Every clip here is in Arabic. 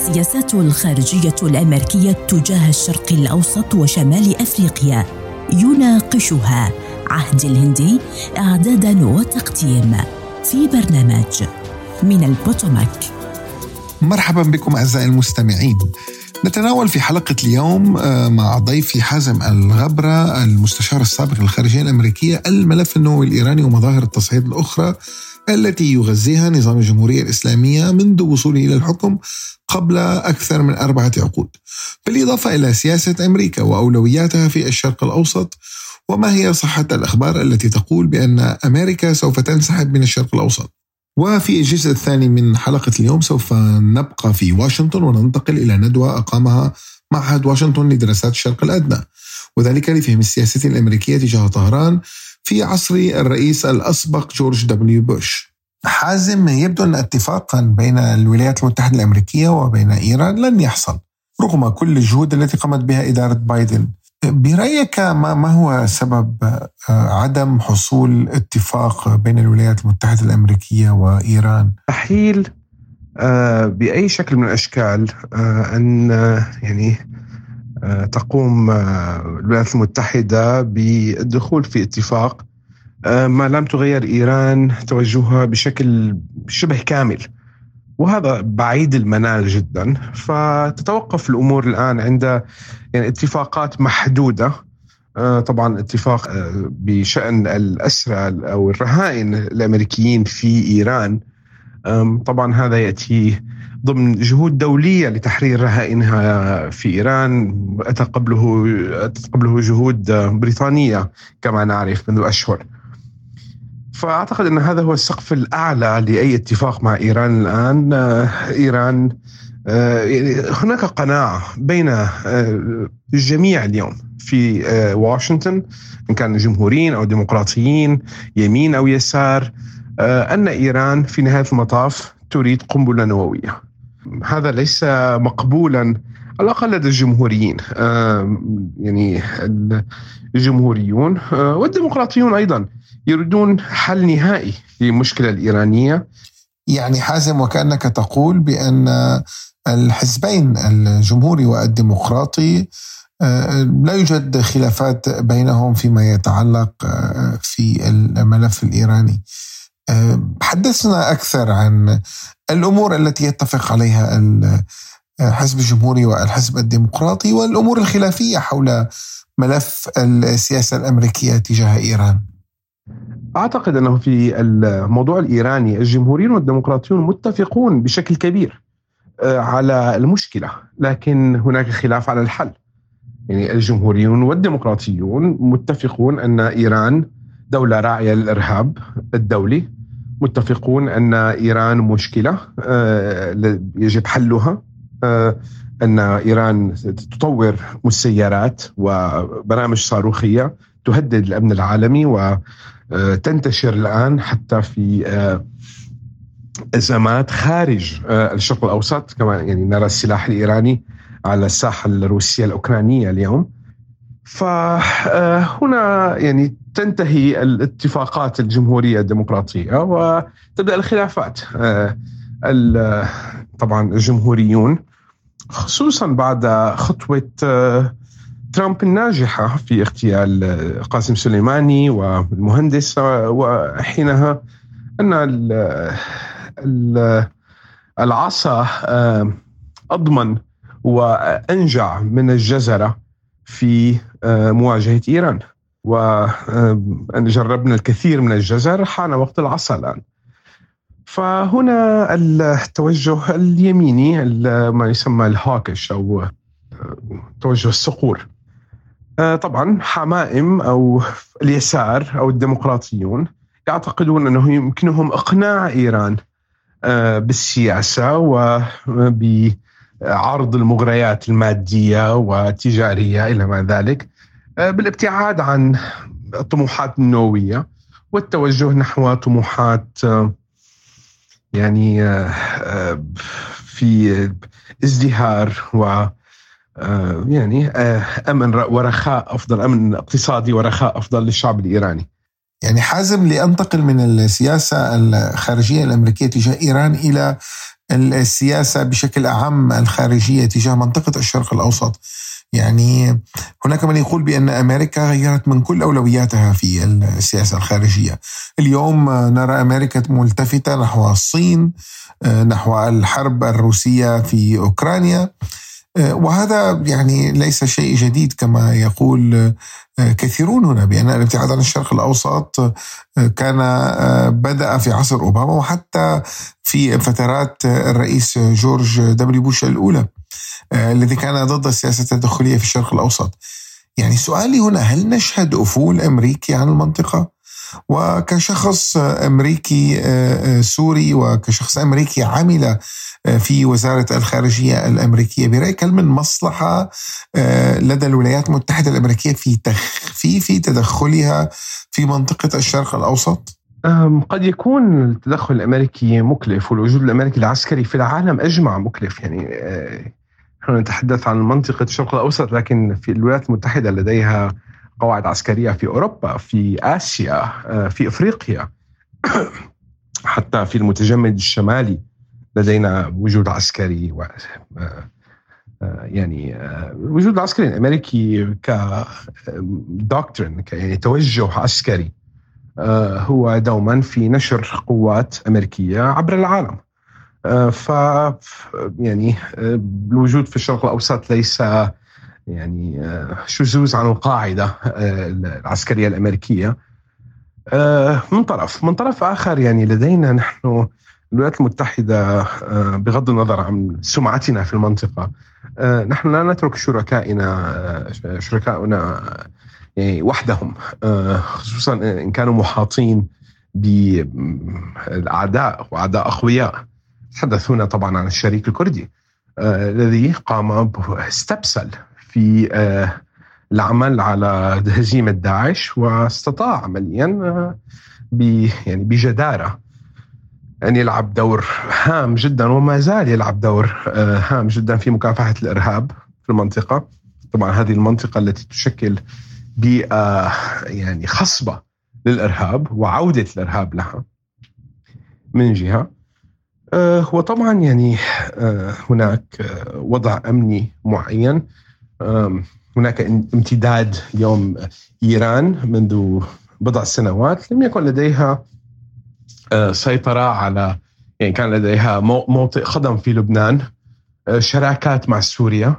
السياسات الخارجية الأمريكية تجاه الشرق الأوسط وشمال أفريقيا يناقشها عهد الهندي إعداداً وتقديم في برنامج من البوتوماك. مرحبا بكم أعزائي المستمعين. نتناول في حلقة اليوم مع ضيفي حازم الغبرة المستشار السابق للخارجية الأمريكية الملف النووي الإيراني ومظاهر التصعيد الأخرى التي يغذيها نظام الجمهورية الإسلامية منذ وصوله إلى الحكم قبل أكثر من 4 عقود، بالإضافة إلى سياسة أمريكا وأولوياتها في الشرق الأوسط، وما هي صحة الأخبار التي تقول بأن أمريكا سوف تنسحب من الشرق الأوسط. وفي الجزء الثاني من حلقة اليوم سوف نبقى في واشنطن وننتقل إلى ندوة أقامها معهد واشنطن لدراسات الشرق الأدنى، وذلك لفهم السياسة الأمريكية تجاه طهران في عصر الرئيس الأسبق جورج دبليو بوش. حازم، يبدو أن اتفاقا بين الولايات المتحدة الأمريكية وبين إيران لن يحصل رغم كل الجهود التي قامت بها إدارة بايدن. برأيك ما هو سبب عدم حصول اتفاق بين الولايات المتحدة الأمريكية وإيران؟ مستحيل بأي شكل من الأشكال أن تقوم الولايات المتحدة بالدخول في اتفاق ما لم تغير إيران توجهها بشكل شبه كامل، وهذا بعيد المنال جدا. فتتوقف الأمور الآن عند اتفاقات محدودة. طبعا اتفاق بشأن الأسرى أو الرهائن الأمريكيين في إيران، طبعا هذا يأتي ضمن جهود دولية لتحرير رهائنها في إيران، تقبله جهود بريطانية كما نعرف منذ أشهر. فأعتقد أن هذا هو السقف الأعلى لأي اتفاق مع إيران الآن. إيران هناك قناعة بين الجميع اليوم في واشنطن، إن كان جمهوريين أو ديمقراطيين، يمين أو يسار، أن إيران في نهاية المطاف تريد قنبلة نووية. هذا ليس مقبولا على الأقل لدى الجمهوريين، الجمهوريون والديمقراطيون أيضا يريدون حل نهائي للمشكلة الإيرانية. حازم، وكأنك تقول بأن الحزبين الجمهوري والديمقراطي لا يوجد خلافات بينهم فيما يتعلق في الملف الإيراني. حدثنا أكثر عن الأمور التي يتفق عليها الحزب الجمهوري والحزب الديمقراطي والأمور الخلافية حول ملف السياسة الأمريكية تجاه إيران. أعتقد أنه في الموضوع الإيراني الجمهوريون والديمقراطيون متفقون بشكل كبير على المشكلة، لكن هناك خلاف على الحل. الجمهوريون والديمقراطيون متفقون أن إيران دولة راعية للإرهاب الدولي، متفقون أن إيران مشكلة يجب حلها، أن إيران تطور مسيرات وبرامج صاروخية تهدد الأمن العالمي وتنتشر الآن حتى في أزمات خارج الشرق الأوسط. كما نرى السلاح الإيراني على الساحة الروسية الأوكرانية اليوم. فهنا تنتهي الاتفاقات الجمهورية الديمقراطية وتبدأ الخلافات. طبعا الجمهوريون خصوصا بعد خطوة ترامب الناجحة في اغتيال قاسم سليماني والمهندس، وحينها أن العصا أضمن وأنجع من الجزرة في مواجهة إيران، وأن جربنا الكثير من الجزر، حان وقت العصا الآن. فهنا التوجه اليميني ما يسمى الهاكش أو توجه الصقور. طبعا حمائم أو اليسار أو الديمقراطيون يعتقدون أنه يمكنهم إقناع إيران بالسياسة وبعرض المغريات المادية والتجارية إلى ما ذلك، بالابتعاد عن الطموحات النووية والتوجه نحو طموحات في ازدهار و أمن ورخاء أفضل، أمن اقتصادي ورخاء أفضل للشعب الإيراني. حازم، لأنتقل من السياسة الخارجية الأمريكية تجاه إيران إلى السياسة بشكل أعم الخارجية تجاه منطقة الشرق الأوسط. يعني هناك من يقول بأن أمريكا غيرت من كل أولوياتها في السياسة الخارجية. اليوم نرى أمريكا ملتفتة نحو الصين، نحو الحرب الروسية في أوكرانيا، وهذا يعني ليس شيء جديد كما يقول كثيرون هنا، بأن الابتعاد عن الشرق الأوسط كان بدأ في عصر أوباما، وحتى في فترات الرئيس جورج دبليو بوش الأولى الذي كان ضد السياسة التدخلية في الشرق الأوسط. يعني سؤالي هنا، هل نشهد أفول أمريكي عن المنطقة؟ وكشخص أمريكي سوري وكشخص أمريكي عمل في وزارة الخارجية الأمريكية، برأيك هل من مصلحة لدى الولايات المتحدة الأمريكية في تخفيف تدخلها في منطقة الشرق الأوسط؟ قد يكون التدخل الأمريكي مكلف، والوجود الأمريكي العسكري في العالم أجمع مكلف. يعني نحن نتحدث عن منطقة الشرق الأوسط، لكن في الولايات المتحدة لديها قواعد عسكرية في أوروبا، في آسيا، في أفريقيا، حتى في المتجمد الشمالي لدينا وجود عسكري. يعني الوجود العسكري الأمريكي كدوكترين، يعني توجه عسكري، هو دوما في نشر قوات أمريكية عبر العالم. يعني الوجود في الشرق الأوسط ليس يعني شذوذ عن القاعدة العسكرية الأمريكية. من طرف آخر، يعني لدينا نحن الولايات المتحدة، بغض النظر عن سمعتنا في المنطقة، نحن لا نترك شركائنا يعني وحدهم، خصوصا إن كانوا محاطين بالأعداء وأعداء أقوياء. تحدث هنا طبعا عن الشريك الكردي الذي قام استبسل في العمل على هزيمة داعش، واستطاع عمليا يعني بجدارة أن يلعب دور هام جدا، وما زال يلعب دور هام جدا في مكافحة الإرهاب في المنطقة. طبعا هذه المنطقة التي تشكل بيئة يعني خصبة للإرهاب وعودة الإرهاب لها من جهة، وطبعا يعني هناك وضع أمني معين. هناك امتداد اليوم. إيران منذ بضع سنوات لم يكن لديها سيطرة على، يعني كان لديها موطئ خضم في لبنان، شراكات مع سوريا،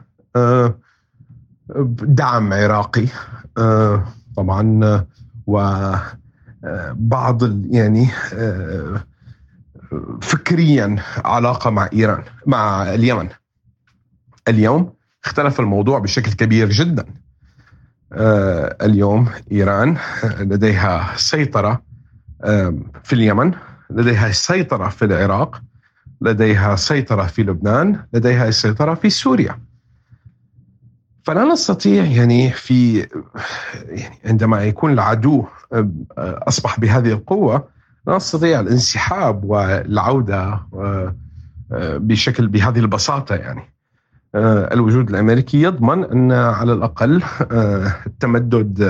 دعم عراقي طبعا، وبعض يعني فكريا علاقة مع إيران، مع اليمن. اليوم اختلف الموضوع بشكل كبير جدا. اليوم إيران لديها سيطرة في اليمن، لديها سيطرة في العراق، لديها سيطرة في لبنان، لديها سيطرة في سوريا. فلا نستطيع يعني عندما يكون العدو أصبح بهذه القوة، لا نستطيع الانسحاب والعودة بشكل بهذه البساطة. يعني الوجود الأمريكي يضمن أن على الأقل التمدد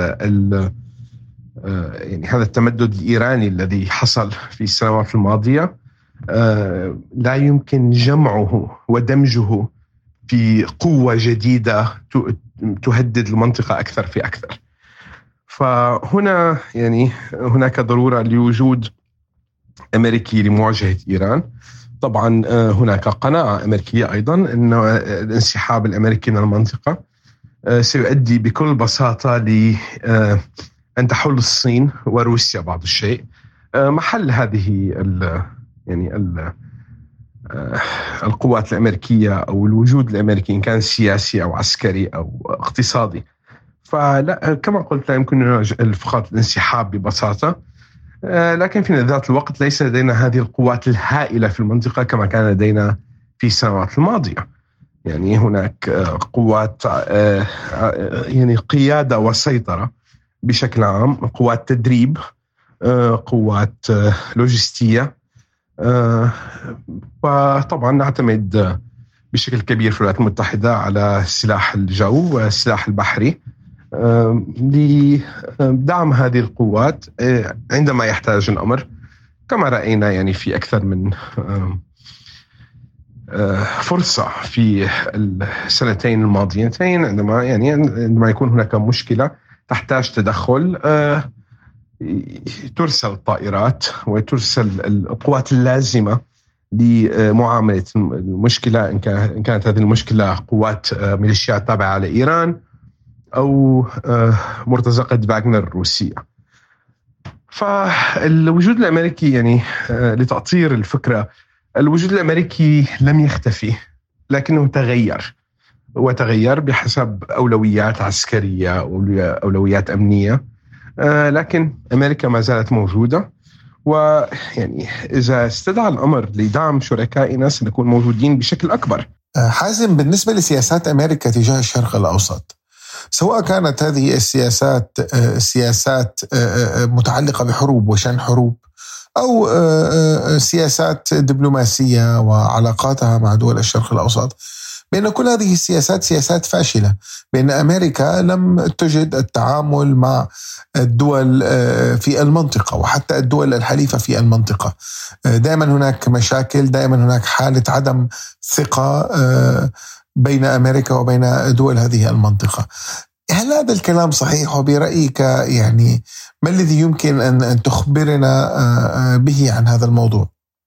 يعني هذا التمدد الإيراني الذي حصل في السنوات الماضية لا يمكن جمعه ودمجه في قوة جديدة تهدد المنطقة أكثر في أكثر. فهنا يعني هناك ضرورة لوجود أمريكي لمواجهة إيران. طبعا هناك قناعة أمريكية أيضا أن الانسحاب الأمريكي من المنطقة سيؤدي بكل بساطة لأن تحل الصين وروسيا بعض الشيء محل هذه القوات الأمريكية أو الوجود الأمريكي، إن كان سياسي أو عسكري أو اقتصادي. فلا، كما قلت، لا يمكن فقط الانسحاب ببساطة، لكن في ذات الوقت ليس لدينا هذه القوات الهائلة في المنطقة كما كان لدينا في السنوات الماضية. يعني هناك قوات يعني قيادة وسيطرة بشكل عام، قوات تدريب، قوات لوجستية، وطبعا نعتمد بشكل كبير في الولايات المتحدة على سلاح الجو والسلاح البحري لدعم هذه القوات عندما يحتاج الأمر، كما رأينا يعني في أكثر من فرصة في السنتين الماضيتين عندما يكون هناك مشكلة تحتاج تدخل، ترسل الطائرات وترسل القوات اللازمة لمعاملة المشكلة، إن كانت هذه المشكلة قوات ميليشيات تابعة لإيران أو مرتزقة فاغنر الروسية. فالوجود الأمريكي لتأطير الفكرة، الوجود الأمريكي لم يختفي لكنه تغير بحسب أولويات عسكرية أولويات أمنية، لكن أمريكا ما زالت موجودة. إذا استدعى الأمر لدعم شركائنا سنكون موجودين بشكل أكبر. حازم، بالنسبة لسياسات أمريكا تجاه الشرق الأوسط، سواء كانت هذه السياسات متعلقة بحروب وشن حروب أو سياسات دبلوماسية وعلاقاتها مع دول الشرق الأوسط، بأن كل هذه السياسات سياسات فاشلة، بأن أمريكا لم تجد التعامل مع الدول في المنطقة وحتى الدول الحليفة في المنطقة. دائما هناك مشاكل، دائما هناك حالة عدم ثقة بين أمريكا وبين دول هذه المنطقة. هل هذا الكلام صحيح؟ وبرأيك ما الذي يمكن أن تخبرنا به عن هذا الموضوع؟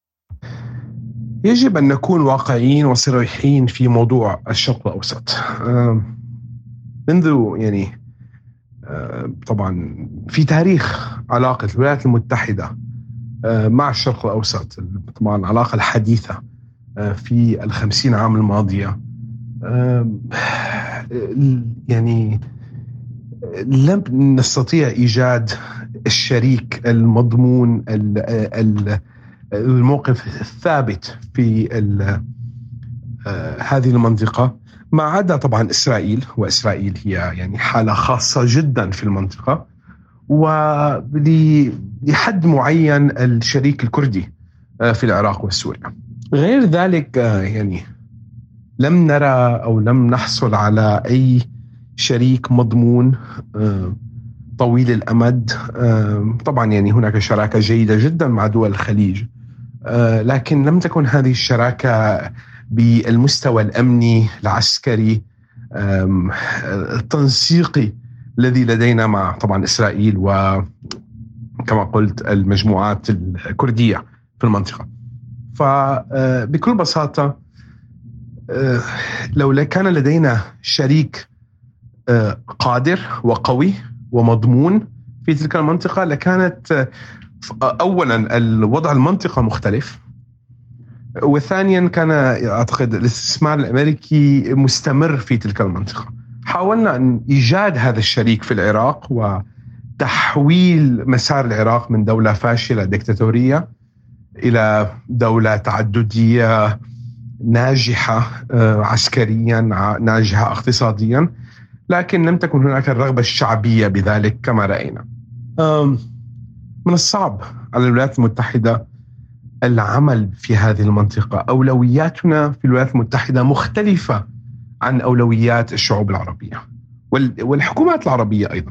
يجب أن نكون واقعيين وصريحين في موضوع الشرق الأوسط. منذ طبعا في تاريخ علاقة الولايات المتحدة مع الشرق الأوسط، طبعا العلاقة الحديثة في 50 عام الماضية، لم نستطيع إيجاد الشريك المضمون، الموقف الثابت في هذه المنطقة، ما عدا طبعا إسرائيل. وإسرائيل هي حالة خاصة جدا في المنطقة، ولحد معين الشريك الكردي في العراق وسوريا. غير ذلك لم نرى أو لم نحصل على أي شريك مضمون طويل الأمد. طبعا هناك شراكة جيدة جدا مع دول الخليج، لكن لم تكن هذه الشراكة بالمستوى الأمني العسكري التنسيقي الذي لدينا مع طبعا إسرائيل وكما قلت المجموعات الكردية في المنطقة. فبكل بساطة لو كان لدينا شريك قادر وقوي ومضمون في تلك المنطقة لكانت أولا الوضع المنطقة مختلف، وثانيا كان أعتقد الاستثمار الأمريكي مستمر في تلك المنطقة. حاولنا أن إيجاد هذا الشريك في العراق وتحويل مسار العراق من دولة فاشلة ديكتاتورية إلى دولة تعددية ناجحة عسكريا، ناجحة اقتصاديا، لكن لم تكن هناك الرغبة الشعبية بذلك كما رأينا. من الصعب على الولايات المتحدة العمل في هذه المنطقة. أولوياتنا في الولايات المتحدة مختلفة عن أولويات الشعوب العربية والحكومات العربية أيضا.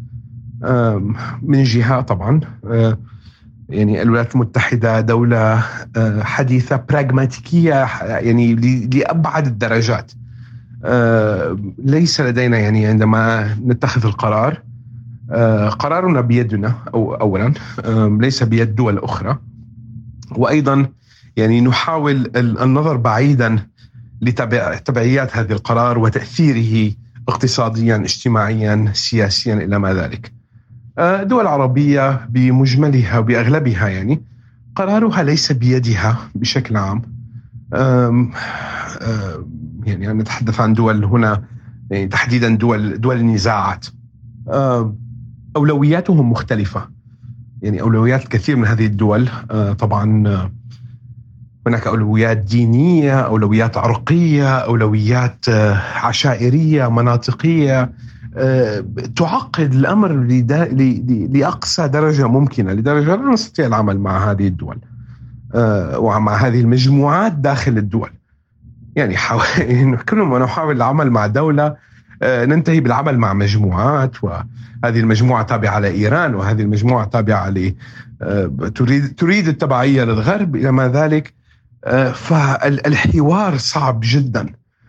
من جهة طبعا الولايات المتحدة دولة حديثة براغماتيكية لأبعد الدرجات. ليس لدينا عندما نتخذ القرار، قرارنا بيدنا أولا، ليس بيد دول أخرى. وأيضا نحاول النظر بعيدا لتبعيات هذا القرار وتأثيره اقتصاديا، اجتماعيا، سياسيا إلى ما ذلك. دول عربية بمجملها وبأغلبها قرارها ليس بيدها بشكل عام. نتحدث عن دول هنا تحديدا دول النزاعات، أولوياتهم مختلفة. أولويات كثير من هذه الدول طبعا هناك أولويات دينية، أولويات عرقية، أولويات عشائرية، مناطقية، تعقد الأمر لأقصى درجة ممكنة، لدرجة لا نستطيع العمل مع هذه الدول ومع هذه المجموعات داخل الدول. كل ما نحاول العمل مع دولة ننتهي بالعمل مع مجموعات، وهذه المجموعة تابعة لإيران، وهذه المجموعة تابعة تريد التبعية للغرب إلى ما ذلك. فالحوار صعب جدا.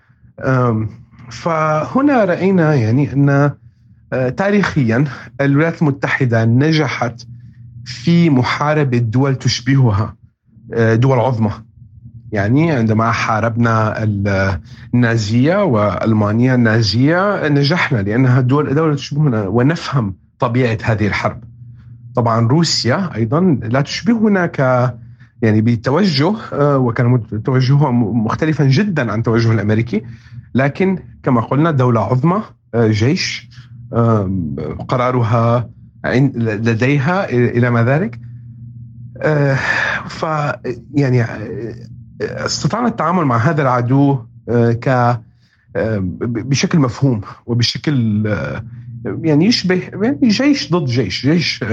فهنا رأينا يعني أن تاريخيا الولايات المتحدة نجحت في محاربة دول تشبهها، دول عظمى. يعني عندما حاربنا النازية وألمانيا النازية نجحنا لأنها دولة تشبهنا ونفهم طبيعة هذه الحرب. طبعا روسيا أيضا لا تشبهنا يعني بالتوجه، وكان توجهها مختلفا جدا عن توجه الأمريكي، لكن كما قلنا دولة عظمى، جيش قرارها لديها إلى ما ذلك. يعني استطعنا التعامل مع هذا العدو بشكل مفهوم وبشكل يعني يشبه يعني جيش ضد جيش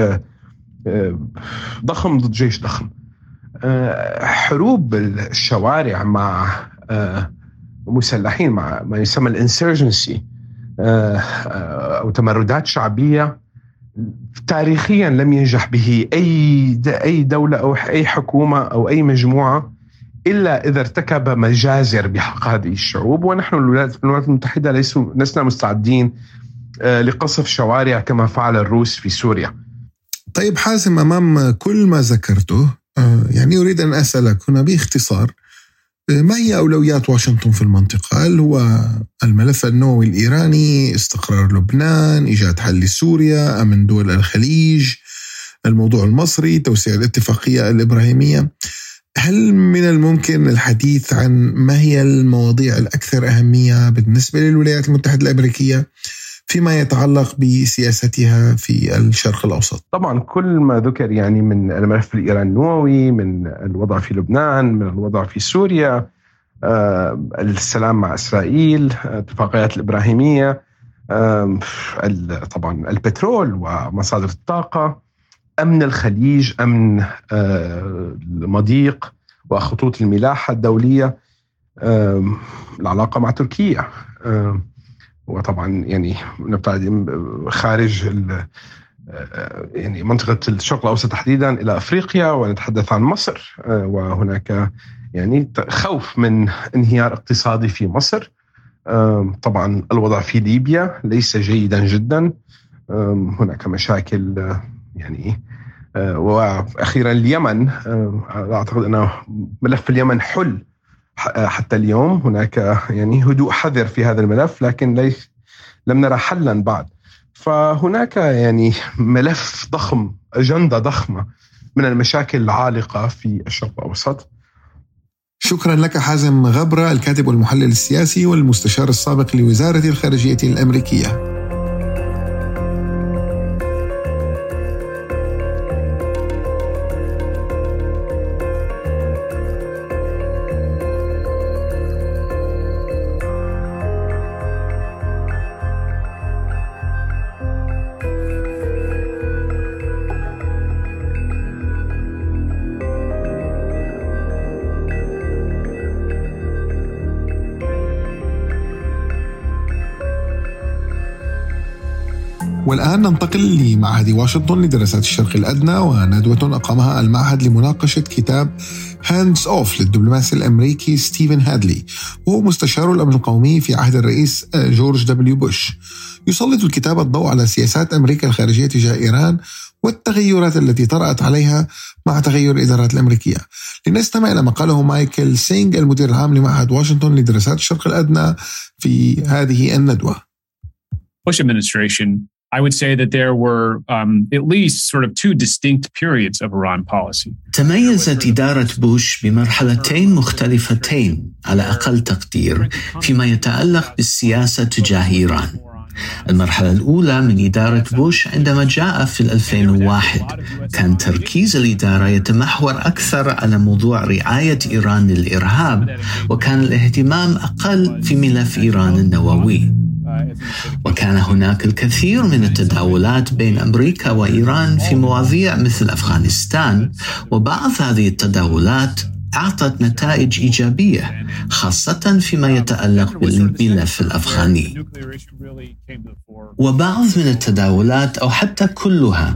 ضخم ضد جيش ضخم. حروب الشوارع مع مسلحين، مع ما يسمى الانسيرجنسي أو تمردات شعبية، تاريخيا لم ينجح به أي دولة أو أي حكومة أو أي مجموعة إلا إذا ارتكب مجازر بحق هذه الشعوب. ونحن الولايات المتحدة لسنا مستعدين لقصف شوارع كما فعل الروس في سوريا. طيب حازم، أمام كل ما ذكرته يعني أريد أن أسألك هنا باختصار، ما هي أولويات واشنطن في المنطقة؟ هل هو الملف النووي الإيراني، استقرار لبنان، إيجاد حل لسوريا، أمن دول الخليج، الموضوع المصري، توسيع الاتفاقية الإبراهيمية؟ هل من الممكن الحديث عن ما هي المواضيع الأكثر أهمية بالنسبة للولايات المتحدة الأمريكية فيما يتعلق بسياستها في الشرق الأوسط؟ طبعا كل ما ذكر يعني من الملف الإيراني النووي، من الوضع في لبنان، من الوضع في سوريا، السلام مع إسرائيل، اتفاقيات الإبراهيمية، طبعا البترول ومصادر الطاقة، أمن الخليج، أمن المضيق وخطوط الملاحة الدولية، العلاقة مع تركيا، وطبعا يعني نبتعد خارج يعني منطقة الشرق الأوسط تحديدا إلى أفريقيا، ونتحدث عن مصر. وهناك يعني خوف من انهيار اقتصادي في مصر. طبعا الوضع في ليبيا ليس جيدا جدا، هناك مشاكل يعني. وأخيرا اليمن، أعتقد أن ملف اليمن حل حتى اليوم. هناك يعني هدوء حذر في هذا الملف، لكن لم نرى حلا بعد. فهناك يعني ملف ضخم، أجندة ضخمة من المشاكل العالقة في الشرق الأوسط. شكرا لك حازم غبرة، الكاتب والمحلل السياسي والمستشار السابق لوزارة الخارجية الأمريكية. والآن ننتقل لمعهد واشنطن لدراسات الشرق الأدنى، وندوة أقامها المعهد لمناقشة كتاب Hands Off للدبلوماسي الأمريكي ستيفن هادلي، وهو مستشار الأمن القومي في عهد الرئيس جورج دبليو بوش. يسلط الكتاب الضوء على سياسات أمريكا الخارجية تجاه إيران والتغيرات التي طرأت عليها مع تغير الإدارات الأمريكية. لنستمع إلى ما قاله مايكل سينغ، المدير العام لمعهد واشنطن لدراسات الشرق الأدنى، في هذه الندوة. Bush administration, I would say that there were at least sort of two distinct periods of Iran policy. تميزت إدارة بوش بمرحلتين مختلفتين على أقل تقدير فيما يتعلق بالسياسة تجاه إيران. المرحلة الأولى من إدارة بوش عندما جاء في 2001 كان تركيز الإدارة يتمحور أكثر على موضوع رعاية إيران للإرهاب، وكان الاهتمام أقل في ملف إيران النووي. وكان هناك الكثير من التداولات بين أمريكا وإيران في مواضيع مثل أفغانستان، وبعض هذه التداولات أعطت نتائج إيجابية خاصة فيما يتعلق بالملف الأفغاني. وبعض من التداولات أو حتى كلها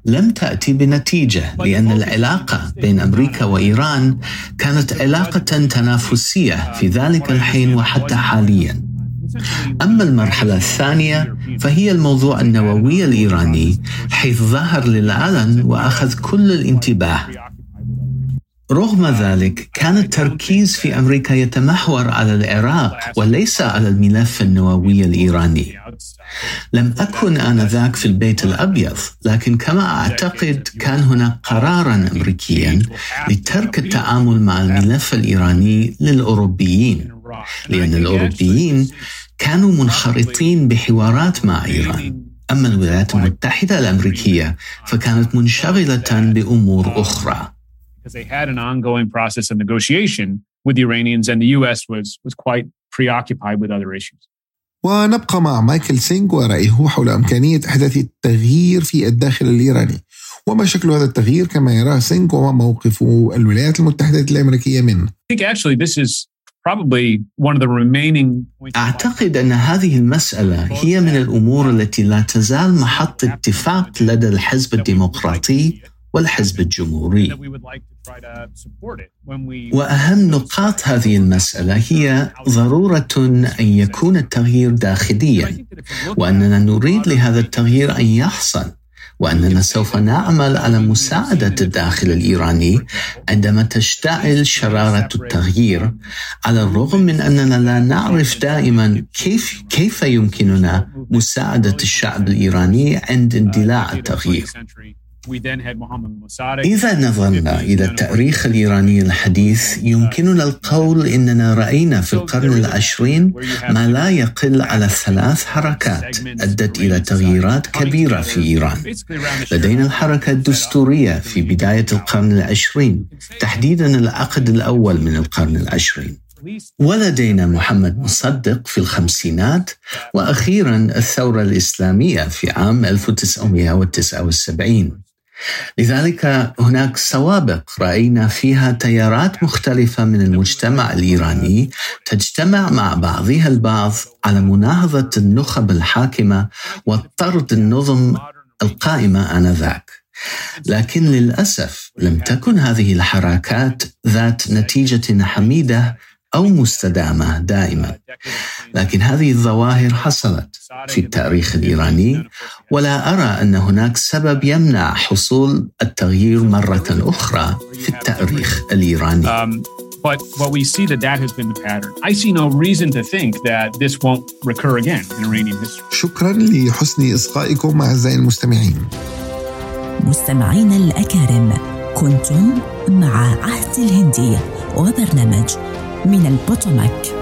لم تأتي بنتيجة، لأن العلاقة بين أمريكا وإيران كانت علاقة تنافسية في ذلك الحين وحتى حالياً. أما المرحلة الثانية فهي الموضوع النووي الإيراني، حيث ظهر للعلن وأخذ كل الانتباه. رغم ذلك كان التركيز في أمريكا يتمحور على العراق وليس على الملف النووي الإيراني. لم أكن آنذاك في البيت الأبيض، لكن كما أعتقد كان هناك قراراً أمريكياً لترك التعامل مع الملف الإيراني للأوروبيين، لأن الأوروبيين كانوا منخرطين بحوارات مع إيران. أما الولايات المتحدة الأمريكية فكانت منشغلة بأمور أخرى. They had an ongoing process of negotiation with the Iranians, and the U.S. was quite preoccupied with other issues. ونبقى مع مايكل سينغ ورأيه حول إمكانية إحداث التغيير في الداخل الإيراني، وما شكل هذا التغيير كما يراه سينغ، وما موقف الولايات المتحدة الأمريكية منه. I think actually this is probably one of the remaining. أعتقد أن هذه المسألة هي من الأمور التي لا تزال محط اتفاق لدى الحزب الديمقراطي والحزب الجمهوري. وأهم نقاط هذه المسألة هي ضرورة أن يكون التغيير داخلياً، وأننا نريد لهذا التغيير أن يحصل، وأننا سوف نعمل على مساعدة الداخل الإيراني عندما تشتعل شرارة التغيير، على الرغم من أننا لا نعرف دائماً كيف يمكننا مساعدة الشعب الإيراني عند اندلاع التغيير. إذا نظرنا إلى التاريخ الإيراني الحديث يمكننا القول إننا رأينا في القرن العشرين ما لا يقل على 3 حركات أدت إلى تغييرات كبيرة في إيران. لدينا الحركة الدستورية في بداية القرن العشرين، تحديداً العقد الأول من القرن العشرين، ولدينا محمد مصدق في الخمسينات، وأخيراً الثورة الإسلامية في عام 1979. لذلك هناك سوابق رأينا فيها تيارات مختلفة من المجتمع الإيراني تجتمع مع بعضها البعض على مناهضة النخب الحاكمة وطرد النظم القائمة آنذاك. لكن للأسف لم تكن هذه الحركات ذات نتيجة حميدة أو مستدامة دائما، لكن هذه الظواهر حصلت في التاريخ الإيراني، ولا أرى أن هناك سبب يمنع حصول التغيير مرة أخرى في التاريخ الإيراني. But we see that has been the pattern. I see no reason to think that this won't recur again in Iranian history. شكرا لحسن إصغائكم أعزائي المستمعين. مستمعين الأكارم، كنتم مع عهد الهندي وبرنامج من البوتوماك.